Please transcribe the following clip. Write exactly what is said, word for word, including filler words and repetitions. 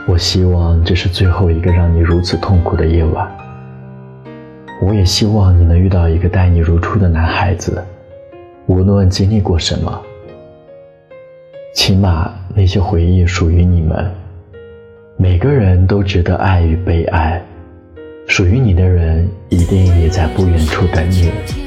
我希望这是最后一个让你如此痛苦的夜晚。我也希望你能遇到一个待你如初的男孩子，无论经历过什么，起码那些回忆属于你们。每个人都值得爱与被爱，属于你的人一定也在不远处等你。